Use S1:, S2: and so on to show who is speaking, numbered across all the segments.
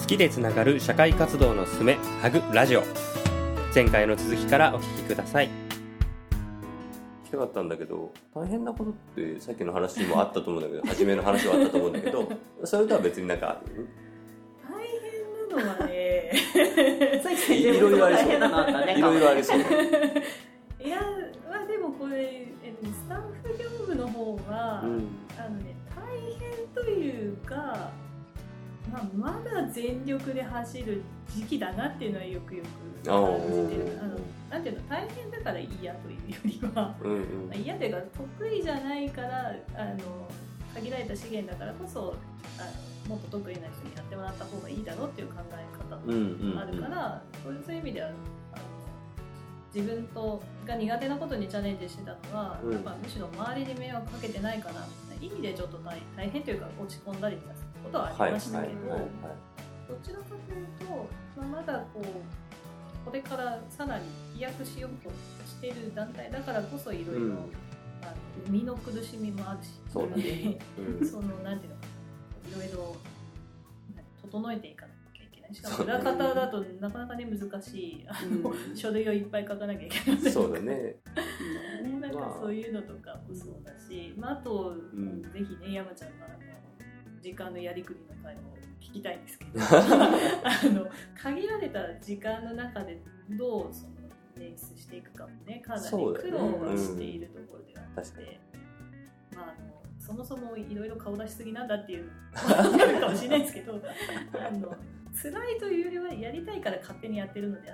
S1: きでつながる社会活動のすすめハグラジオ。前回の続きからお聞きください。聞きたかったんだけど、大変なことってさっきの話にもあったと思うんだけど初めの話はあったと思うんだけどそれとは別になんかある？
S2: 大変なのはね
S1: いろいろありそう。いろいろありそう。
S2: いや、まあ、でもこれ、スタッフ業務の方は、大変というか、まだ全力で走る時期だなっていうのはよく感じてる。なんていうの、大変だから嫌というよりは、嫌というか得意じゃないから、限られた資源だからこそもっと得意な人にやってもらった方がいいだろうっていう考え方もあるから、そういう意味では自分が苦手なことにチャレンジしてたのは、やっぱむしろ周りに迷惑かけてないかなみたいな意味でちょっと大変というか落ち込んだりしたことはありましたけど、どちらかというと、まだこれからさらに飛躍しようとしている団体だからこそいろいろ生みの苦しみもあるし、
S1: そうだね。
S2: そのなんていうの、いろいろ整えていかないといけない。しかも裏方だとなかなかね難しい書類をいっぱい書かなきゃいけない。
S1: そうだね。
S2: なんかそういうのとかもそうだし、あと、ぜひね山ちゃんの時間のやりくりの回も聞きたいんですけど限られた時間の中でどう捻出していくかもね、かなり苦労はしているところではあって、そもそもいろいろ顔出しすぎなんだっていうのもあるかもしれないですけど辛いというよりはやりたいから勝手にやってるのであって、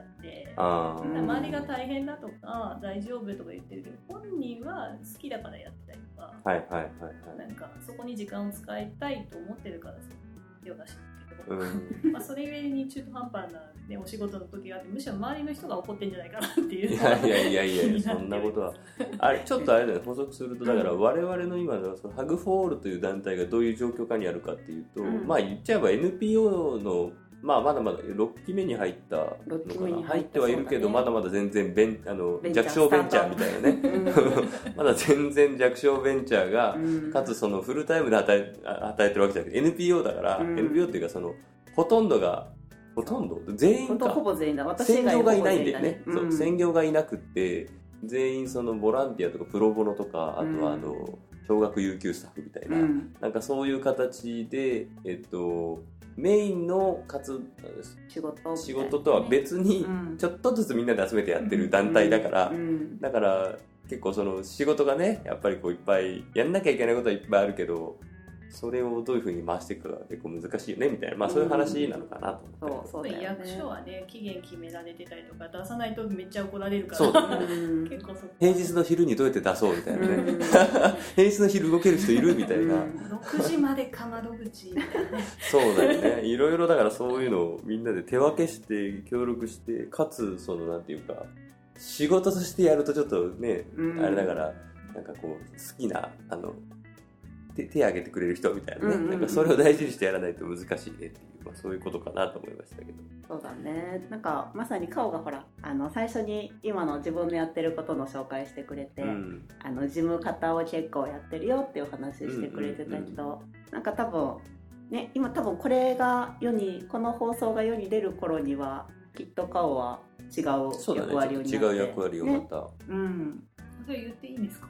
S2: 周りが大変だとか大丈夫とか言ってるけど本人は好きだからやってたりとか、なんかそこに時間を使いたいと思ってるから手を出してるけど、それゆえに中途半端な、ね、お仕事の時があって、むしろ周りの人が怒ってんじゃないかなっていう。いやそんなことはちょっとあれだよね、補足すると、だから我々の今のそのハグフォールという団体がどういう状況下にあるかっていうと、言っちゃえば NPO のまだまだ6期目に入ったのかな、入ってはいるけど、まだまだ全然弱小ベンチャーみたいなねまだ全然弱小ベンチャーが、かつそのフルタイムで働いてるわけじゃなくて NPO だから、NPO っていうかそのほとんど全員か、 ほぼ全員だ。
S1: 専業がいないんだよね。そう、専業がいなくって全員そのボランティアとかプロボノとか、あとは小学有給スタッフみたいな、なんかそういう形でメインの仕事とは別にちょっとずつみんなで集めてやってる団体だから、だから結構その仕事がね、やっぱりいっぱいやんなきゃいけないことはいっぱいあるけど、それをどういう風に回していくかが結構難しいよねみたいな、そういう話なのかなと思って。そう役所はね、期限決められてたりとか出さないとめっちゃ怒られるから、結構平日の昼にどうやって出そうみたいなね平日の昼動ける人いるみたいな、
S2: 6時までか窓口みたいな
S1: そうだよね。いろいろだからそういうのをみんなで手分けして協力して、かつそのなんていうか仕事としてやるとちょっとね、あれだから、なんか好きな手挙げてくれる人みたいなね、なんかそれを大事にしてやらないと難しいねっていう、そういうことかなと思いましたけど。
S3: そうだね。なんかまさに顔がほら最初に今の自分のやってることの紹介してくれて、事務方を結構やってるよっていう話してくれてたけど、なんか多分ね、今多分この放送が世に出る頃にはきっと顔は違う役割を担って、
S1: 違う役割をまた、
S2: それ言っていいんですか？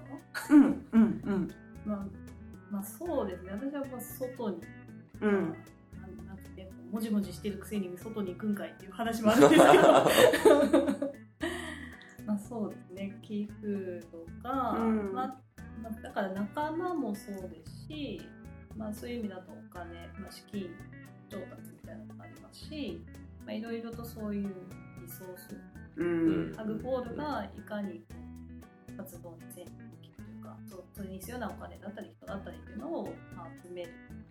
S2: そうですね。私は外に、なんかね、もじもじしてるくせに外に行くんかいっていう話もあるんですけどそうですね、寄付とか、だから仲間もそうですし、そういう意味だとお金、資金調達みたいなのもありますし、いろいろとそういうリソース、ハグフォールがいかに活動に全力それに必要なお金だったり人だったりっていうのを集める、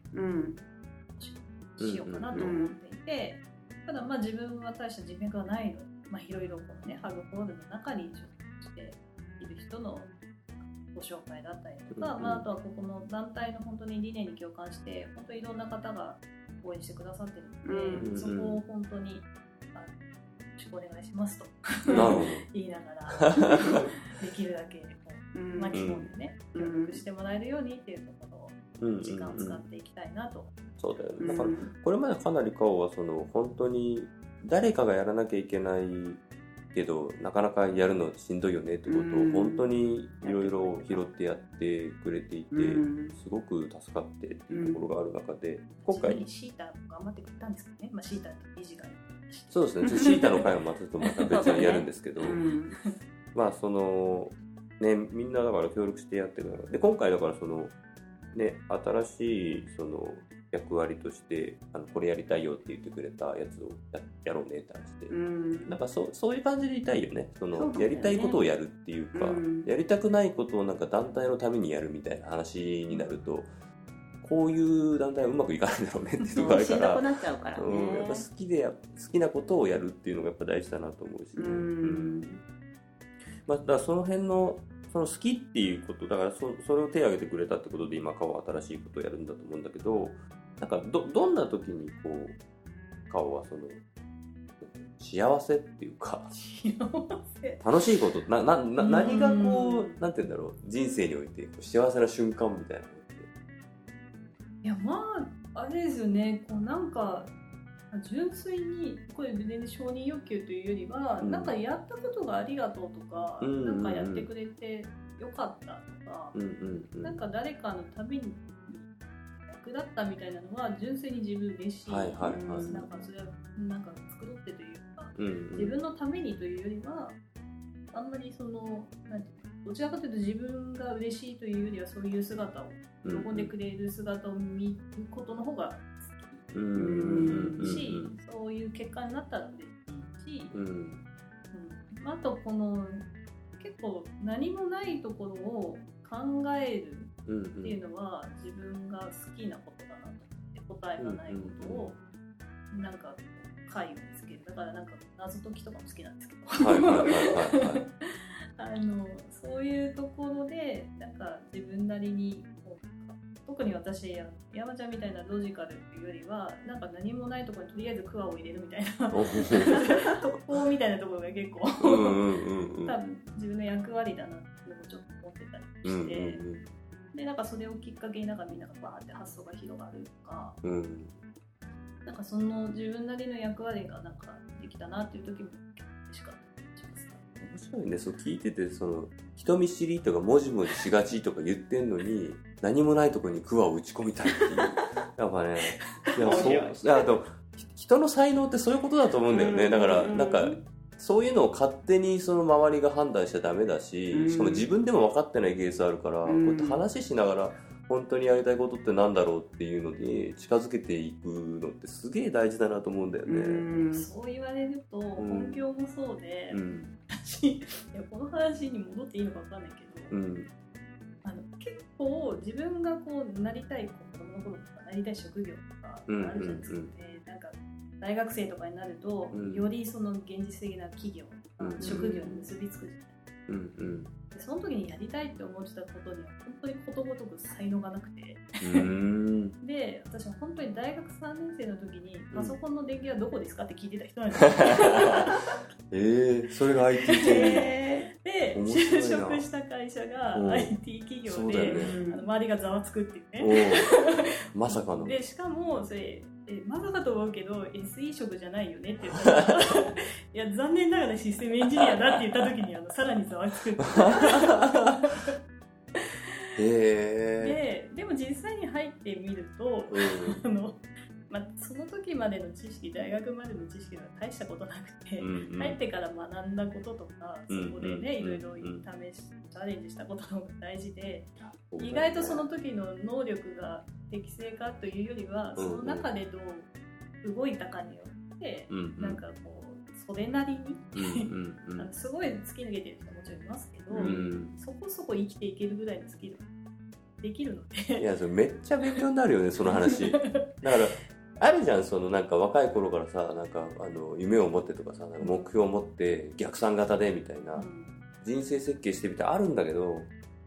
S2: しようかなと思っていて、ただ自分は大した人脈がないので、いろいろこのねハグフォールの中に所属している人のご紹介だったりとか、あとはここの団体の本当に理念に共感して本当にいろんな方が応援してくださってるので、そこを本当によろしくお願いしますと言いながらできるだけ巻き込んでね、協力してもらえるようにっていうところを時間を使っていきたいなと。
S1: そうだよね。だからこれまでかなりカオはその本当に誰かがやらなきゃいけないけどなかなかやるのしんどいよねってことを本当にいろいろ拾ってやってくれていて、すごく助かってっていうところがある中で、今回
S2: シータ頑張ってくれたんですかね。シータっていい時間に。
S1: そうですね。シータの回をまた別にやるんですけど、まあそのね、みんなだから協力してやってるからで、今回だからそのね、新しいその役割としてこれやりたいよって言ってくれたやつを やろうねって話で、なんかそういう感じでいたいよね。そのやりたいことをやるっていうか、やりたくないことをなんか団体のためにやるみたいな話になると、こういう団体はうまくいかないんだろうねっていうところがあるから、
S3: しんどくなっちゃうからね。
S1: やっぱ好きなことをやるっていうのがやっぱ大事だなと思うし、まあ、だからその辺のその好きっていうことだから、それを手を挙げてくれたってことで今カオは新しいことをやるんだと思うんだけど、なんかどんな時にこうカオはその幸せっていうか楽しいこと何がこうなんて言うんだろう、人生において幸せな瞬間みたいなのって。
S2: いやあれですよね、こうなんか純粋にこれ全然承認欲求というよりは、なんかやったことがありがとうとか、なんかやってくれてよかったとか、なんか誰かのために役立ったみたいなのは純粋に自分嬉しい。なんかそれはなんか作ろうってというか、自分のためにというよりはあんまりそのなんていうどちらかというと自分が嬉しいというよりは、そういう姿を喜んでくれる姿を見ることの方がし、そういう結果になったら嬉しいし、あとこの結構何もないところを考えるっていうのは自分が好きなことだなと思って、答えがないことをなんか解を見つける。だからなんか謎解きとかも好きなんですけどそういうところでなんか自分なりに特に私山ちゃんみたいなロジカルっていうよりは、なんか何もないところにとりあえずクワを入れるみたいな特攻みたいなところが結構多分自分の役割だなっていうのをちょっと思ってたりして、でなんかそれをきっかけになんかみんながバーって発想が広がるとか、なんかその自分なりの役割がなんかできたなっていう時も嬉しかったりしますね。
S1: 面白いね。そう聞いてて、その人見知りとかもじもじしがちとか言ってんのに何もないところにクワを打ち込みたいっていうやっぱね、あと人の才能ってそういうことだと思うんだよね。だからなんかそういうのを勝手にその周りが判断しちゃダメだし、しかも自分でも分かってないケースあるから、こうやって話しながら本当にやりたいことってなんだろうっていうのに近づけていくのってすげえ大事だなと思うんだよね。
S2: そう言われると本業もそうで、私この話に戻っていいのか分かんないけど、結構自分がこうなりたい子供の頃とかなりたい職業とかあるじゃないですか。なんか大学生とかになると、よりその現実的な企業、職業に結びつくじゃない。でその時にやりたいって思ってたことには本当にことごとく才能がなくてで私は本当に大学3年生の時にパソコンの電源はどこですかって聞いてた人なんですよ。
S1: それが IT 系
S2: で就職した会社が IT 企業で、周りがざわつくっていうね
S1: まさかの
S2: で、しかもそれまさかと思うけど SE 職じゃないよねって言ったらいや残念ながらシステムエンジニアだって言った時にさらにざわつくでも実際に入ってみると、その時までの知識、大学までの知識が大したことなくて、入ってから学んだこととか、そこでね、いろいろチャレンジしたことの方が大事で、意外とその時の能力が適正かというよりは、その中でどう動いたかによって、なんかこうそれなりにすごい突き抜けてる人ももちろんいますけど、そこそこ生きていけるぐらいのスキルができるので。いや、それめっちゃ勉強になるよね、その話。だからあるじゃん、そのなんか若い頃からさ、なんか夢を持ってとかさ、なんか目標を持って逆算型でみたいな、人生設計してみてあるんだけど、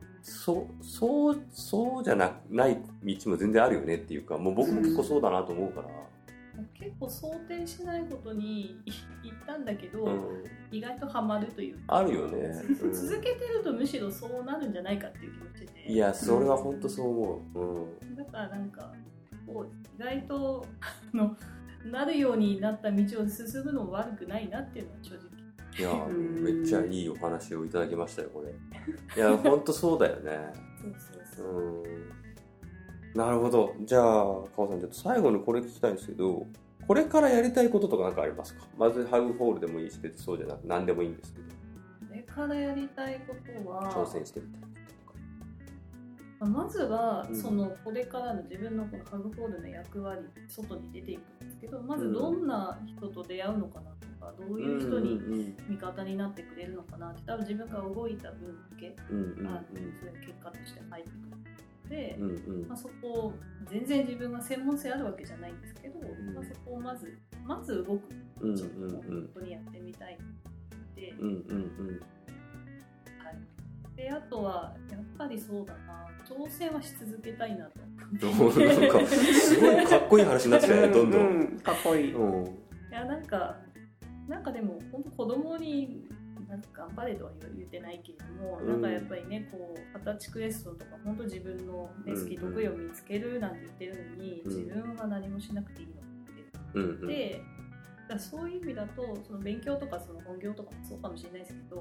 S2: そうじゃない道も全然あるよねっていうか、もう僕も結構そうだなと思うから。 結構想定しないことに行ったんだけど、意外とハマるというか
S1: あるよね、
S2: 続けてるとむしろそうなるんじゃないかっていう気持ちで。
S1: いや、それは本当そう思う、
S2: だからなんか意外となるようになった道を進むのも悪くないなっていうのは正直。
S1: いやめっちゃいいお話をいただきましたよこれ。いや本当そうだよね。そうなるほど。じゃあかおさんちょっと最後にこれ聞きたいんですけど、これからやりたいこととか何かありますか？まずハグフォールでもいいし、別にそうじゃなく何でもいいんですけど。
S2: これからやりたいことは
S1: 挑戦してみたい
S2: とか。まずは、これからの自分のこのハグフォールの役割外に出ていくんですけど、まずどんな人と出会うのかなとか、どういう人に味方になってくれるのかなって、多分自分が動いた分だけ、そういう結果として入ってくる。で、そこを全然自分が専門性あるわけじゃないんですけど、そこをまず動くちょっと本当にやってみたいで、であとはやっぱりそうだな、挑戦はし続けたいなと。
S1: なんかすごいかっこいい話になってきたね、どんどん。
S3: かっこいい。
S2: いやなんかでも本当子供になんか頑張れとは言ってないけれども、なんかやっぱりね、こう20歳クエストとか本当自分の、ね、好き得意を見つけるなんて言ってるのに、自分は何もしなくていいのってで、だそういう意味だとその勉強とかその本業とかもそうかもしれないですけど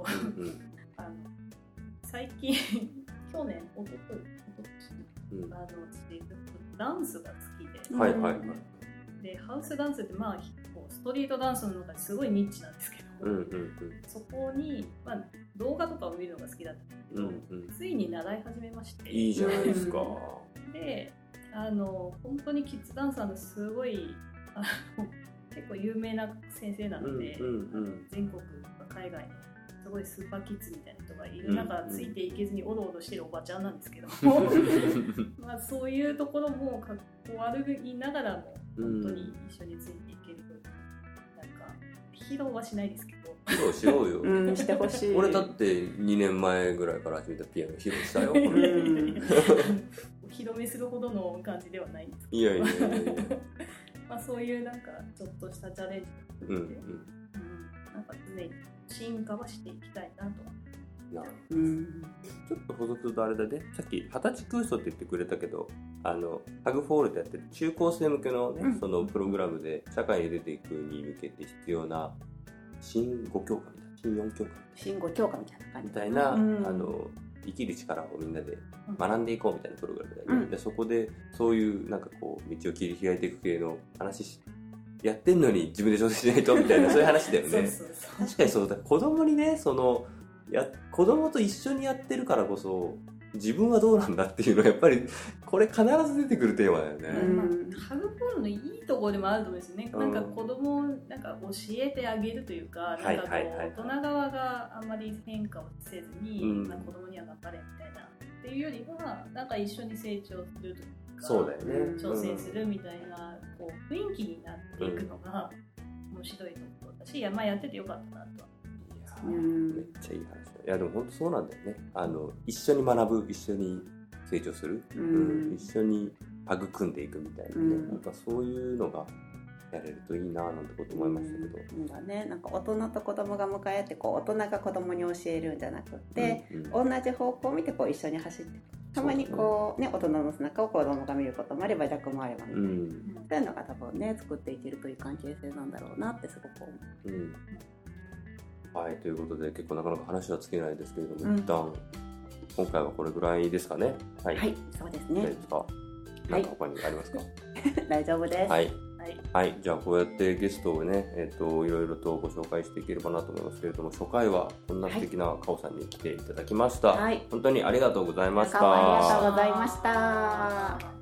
S2: 最近去年おととし私ダンスが好きで、でハウスダンスってまあストリートダンスの中ですごいニッチなんですけど、そこに、動画とかを見るのが好きだったんですけど、ついに習い始めまして。
S1: いいじゃないですか。
S2: で本当にキッズダンサーのすごい結構有名な先生なので、全国とか海外のすごいスーパーキッズみたいな人がいる中、ついていけずにおどおどしてるおばちゃんなんですけどもそういうところもかっこ悪いながらも本当に一緒についていけるというか、披露はしないですけど
S1: 披露しようよ、
S3: してほしい。
S1: 俺だって2年前ぐらいから始めたピアノ披露したよ。
S2: お披露目するほどの感じではないんですけど、
S1: いや
S2: そういうなんかちょっとしたチャレンジをして、なんか常に進化はしていきたいなとは。
S1: ちょっと補足するとあれだね、さっき20歳クエストって言ってくれたけど、ハグフォールでやってる中高生向けのね、そのプログラムで社会に出ていくに向けて必要な新5教科みたいな、新4教科
S3: 新5教科みたいな感じ
S1: みたいな、生きる力をみんなで学んでいこうみたいなプログラムだよね、でそこでそういうなんかこう道を切り開いていく系の話やってんのに自分で挑戦しないとみたいなそういう話だよね。確かにそうだ、子供にね、子供と一緒にやってるからこそ自分はどうなんだっていうのはやっぱりこれ必ず出てくるテーマだよね。
S2: ハグフォールのいいところでもあると思うんですよね。なんか子供をなんか教えてあげるというか、なんかこう大人側があんまり変化をせずに、子供には頑張れみたいなっていうよりは、なんか一緒に成長するというか、
S1: そうだよね、
S2: 挑戦するみたいなこう雰囲気になっていくのが面白いところだし、やっててよかったなとは。
S1: めっちゃいい話だ。いやでも本当そうなんだよね。一緒に学ぶ、一緒に成長する、一緒に育んでいくみたいなね、なんかそういうのがやれるといいななんてこと思いましたけど、
S3: なんか大人と子供が向かい合ってこう大人が子供に教えるんじゃなくて、同じ方向を見てこう一緒に走って、たまにこうね、大人の背中を子供が見ることもあれば逆もあればみたいな、そういうのが多分ね作っていけるという関係性なんだろうなってすごく思う。
S1: はい、ということで結構なかなか話は尽きないですけれども、一旦今回はこれぐらいですかね。はい、
S3: そうですね。
S1: 大丈夫ですか？何か他にありますか？
S3: 大丈夫です。
S1: はい、じゃあこうやってゲストをね、いろいろとご紹介していければなと思いますけれども、初回はこんな素敵なかおさんに来ていただきました。本当にありがとうございました。
S3: ありがとうございました。